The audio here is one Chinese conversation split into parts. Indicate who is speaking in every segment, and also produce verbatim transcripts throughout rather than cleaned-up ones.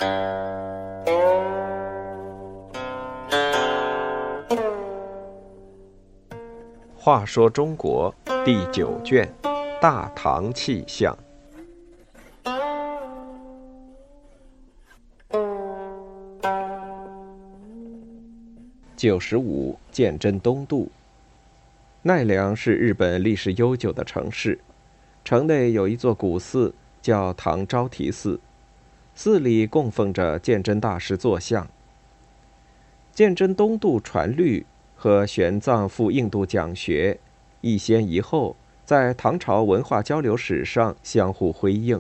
Speaker 1: 话说中国第九卷《大唐气象》。九十五，鉴真东渡。奈良是日本历史悠久的城市，城内有一座古寺，叫唐招提寺，寺里供奉着鉴真大师坐像。鉴真东渡传律和玄奘赴印度讲学，一先一后，在唐朝文化交流史上相互辉映。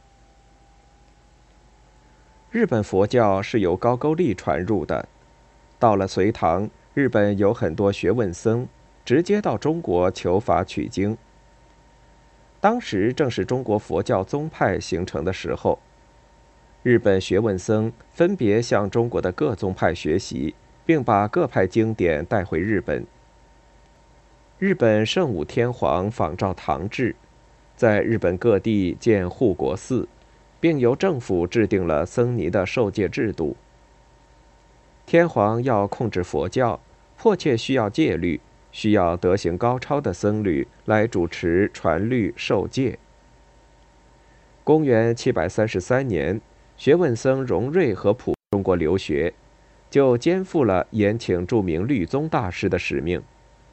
Speaker 1: 日本佛教是由高句丽传入的，到了隋唐，日本有很多学问僧直接到中国求法取经。当时正是中国佛教宗派形成的时候，日本学问僧分别向中国的各宗派学习，并把各派经典带回日本。日本圣武天皇仿照唐制，在日本各地建护国寺，并由政府制定了僧尼的受戒制度。天皇要控制佛教，迫切需要戒律，需要德行高超的僧侣来主持传律受戒。公元七百三十三年，学问僧荣瑞和普中国留学，就肩负了延请著名律宗大师的使命。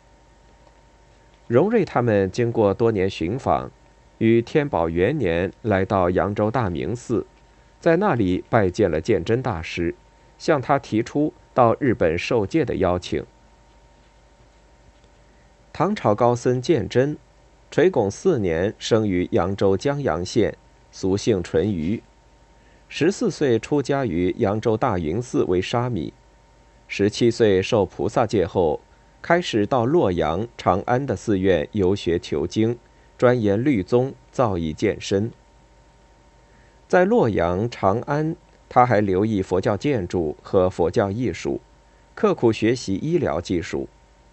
Speaker 1: 荣瑞他们经过多年寻访，于天宝元年来到扬州大明寺，在那里拜见了鉴真大师，向他提出到日本受戒的邀请。唐朝高僧鉴真，垂拱四年生于扬州江阳县，俗姓淳于。十四岁出家于扬州大云寺为沙弥，十七岁受菩萨戒后，开始到洛阳、长安的寺院游学求经，专研律宗，造诣渐深。在洛阳、长安，他还留意佛教建筑和佛教艺术，刻苦学习医疗技术。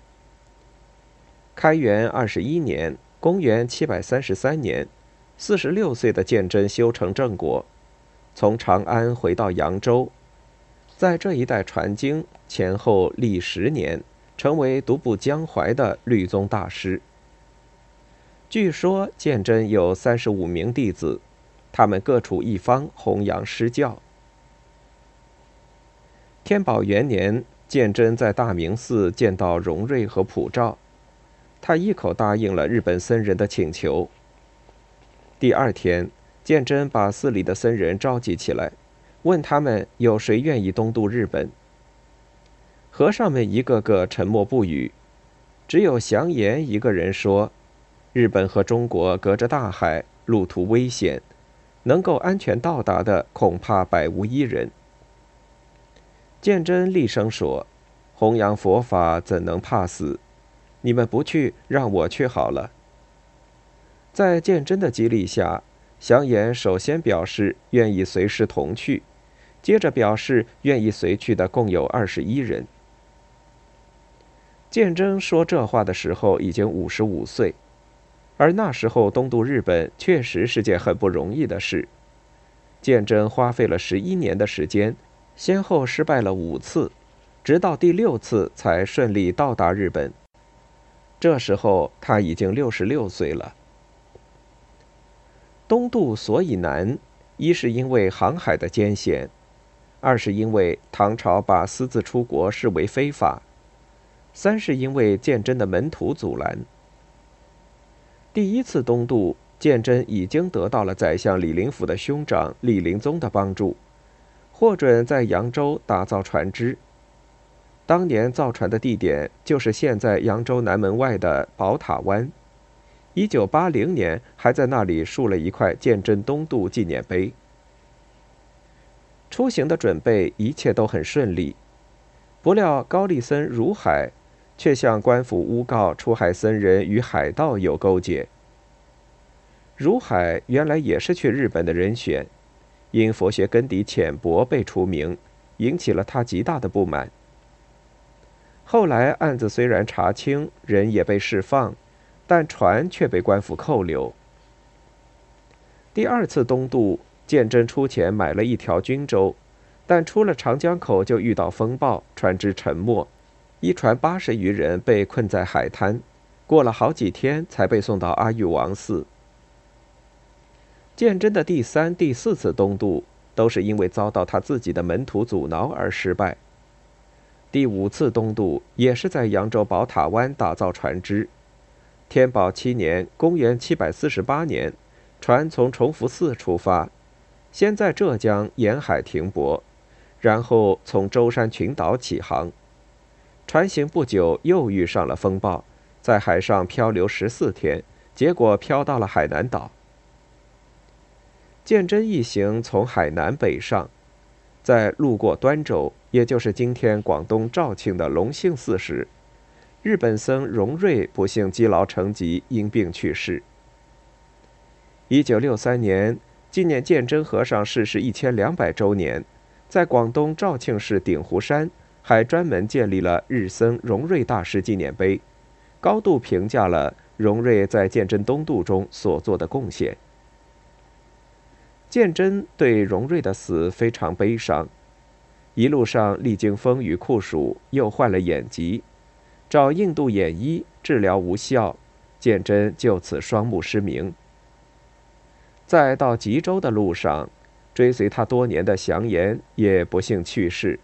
Speaker 1: 开元二十一年，公元七百三十三年，四十六岁的鉴真修成正果，从长安回到扬州，在这一带传经，前后历十年，成为独步江淮的律宗大师。据说鉴真有三十五名弟子，他们各处一方，弘扬施教。天宝元年，鉴真在大明寺见到荣瑞和普照，他一口答应了日本僧人的请求。第二天，鉴真把寺里的僧人召集起来，问他们有谁愿意东渡日本。和尚们一个个沉默不语，只有祥言一个人说，日本和中国隔着大海，路途危险，能够安全到达的恐怕百无一人。鉴真厉声说，弘扬佛法怎能怕死，你们不去，让我去好了。在鉴真的激励下，祥言首先表示愿意随师同去，接着表示愿意随去的共有二十一人。鉴真说这话的时候已经五十五岁，而那时候东渡日本确实是件很不容易的事。鉴真花费了十一年的时间，先后失败了五次，直到第六次才顺利到达日本。这时候他已经六十六岁了。东渡所以难，一是因为航海的艰险，二是因为唐朝把私自出国视为非法，三是因为鉴真的门徒阻拦。第一次东渡，鉴真已经得到了宰相李林甫的兄长李林宗的帮助，获准在扬州打造船只。当年造船的地点就是现在扬州南门外的宝塔湾。一九八零年还在那里竖了一块鉴真东渡纪念碑。出行的准备一切都很顺利，不料高丽僧如海却向官府诬告出海僧人与海盗有勾结。如海原来也是去日本的人选，因佛学根底浅薄被除名，引起了他极大的不满。后来案子虽然查清，人也被释放，但船却被官府扣留。第二次东渡，鉴真出钱买了一条军舟， 但出了长江口就遇到风暴，船只沉没，一船八十余人被困在海滩，过了好几天才被送到阿育王寺。鉴真的第三、第四次东渡都是因为遭到他自己的门徒阻挠而失败。第五次东渡也是在扬州宝塔湾打造船只。天宝七年（公元七百四十八年），船从崇福寺出发，先在浙江沿海停泊，然后从舟山群岛起航。船行不久，又遇上了风暴，在海上漂流十四天，结果漂到了海南岛。鉴真一行从海南北上，在路过端州，也就是今天广东肇庆的隆兴寺时，日本僧荣瑞不幸积劳成疾，因病去世。一九六三年，纪念鉴真和尚逝世一千两百周年，在广东肇庆市鼎湖山还专门建立了日僧荣瑞大师纪念碑，高度评价了荣瑞在鉴真东渡中所做的贡献。鉴真对荣瑞的死非常悲伤，一路上历经风雨酷暑，又患了眼疾，找印度眼医治疗无效，鉴真就此双目失明。在到吉州的路上，追随他多年的祥颜也不幸去世。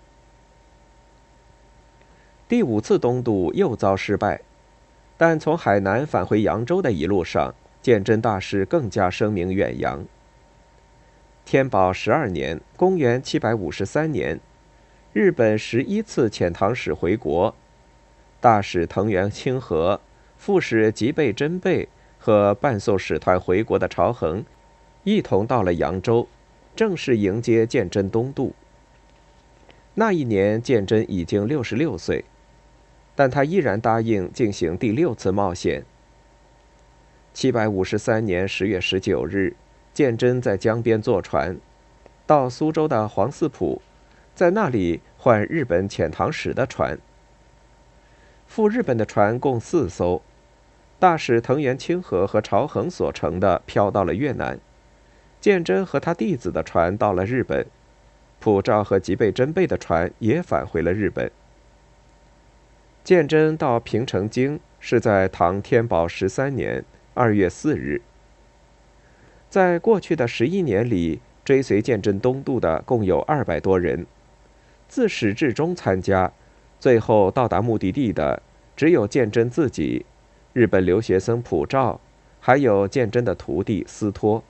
Speaker 1: 第五次东渡又遭失败，但从海南返回扬州的一路上，鉴真大师更加声名远扬。天宝十二年（公元七百五十三年），日本十一次遣唐使回国，大使藤原清和、副使吉备真备和伴送使团回国的朝衡一同到了扬州，正式迎接鉴真东渡。那一年，鉴真已经六十六岁，但他依然答应进行第六次冒险。七百五十三年十月十九日，鉴真在江边坐船，到苏州的黄四浦，在那里换日本遣唐使的船。赴日本的船共四艘，大使藤原清和和朝衡所乘的飘到了越南，鉴真和他弟子的船到了日本，普照和吉备真备的船也返回了日本。鉴真到平城京是在唐天宝十三年二月四日。在过去的十一年里，追随鉴真东渡的共有二百多人，自始至终参加，最后到达目的地的只有鉴真自己、日本留学生普照，还有鉴真的徒弟司托。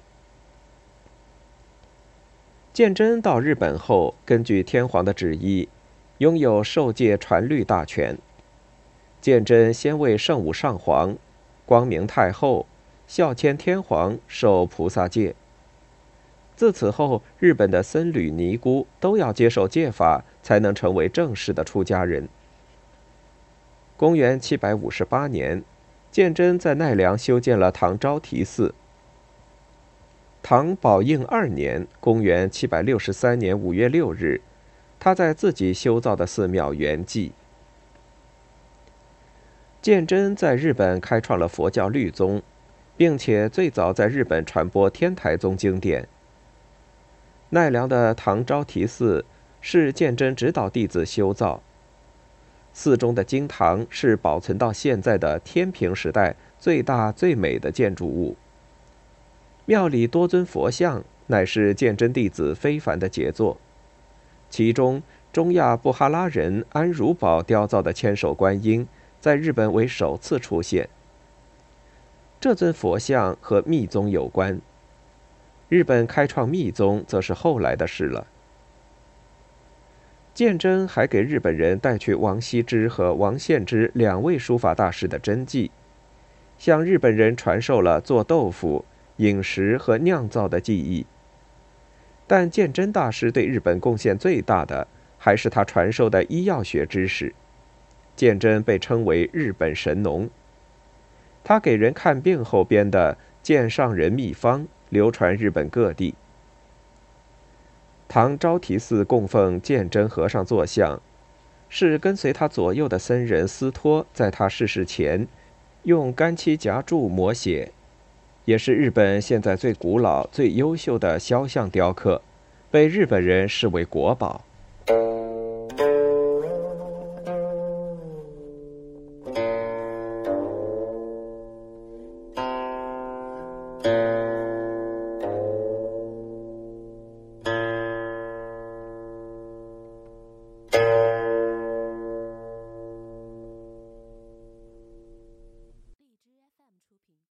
Speaker 1: 鉴真到日本后，根据天皇的旨意，拥有受戒传律大权。鉴真先为圣武上皇、光明太后、孝谦天皇受菩萨戒。自此后，日本的僧侣尼姑都要接受戒法，才能成为正式的出家人。公元七百五十八年，鉴真在奈良修建了唐招提寺。唐宝应二年（公元七百六十三年五月六日），他在自己修造的寺庙圆寂。鉴真在日本开创了佛教律宗，并且最早在日本传播天台宗经典。奈良的唐招提寺是鉴真指导弟子修造，寺中的经堂是保存到现在的天平时代最大最美的建筑物。庙里多尊佛像乃是鉴真弟子非凡的杰作，其中中亚布哈拉人安如宝雕造的千手观音在日本为首次出现。这尊佛像和密宗有关，日本开创密宗则是后来的事了。鉴真还给日本人带去王羲之和王献之两位书法大师的真迹，向日本人传授了做豆腐、饮食和酿造的技艺。但鉴真大师对日本贡献最大的，还是他传授的医药学知识。鉴真被称为日本神农，他给人看病后编的《鉴上人秘方》流传日本各地。唐招提寺供奉鉴真和尚坐像，是跟随他左右的僧人司托在他逝世前用干漆夹注摹写，也是日本现在最古老、最优秀的肖像雕刻， 被日本人视为国宝。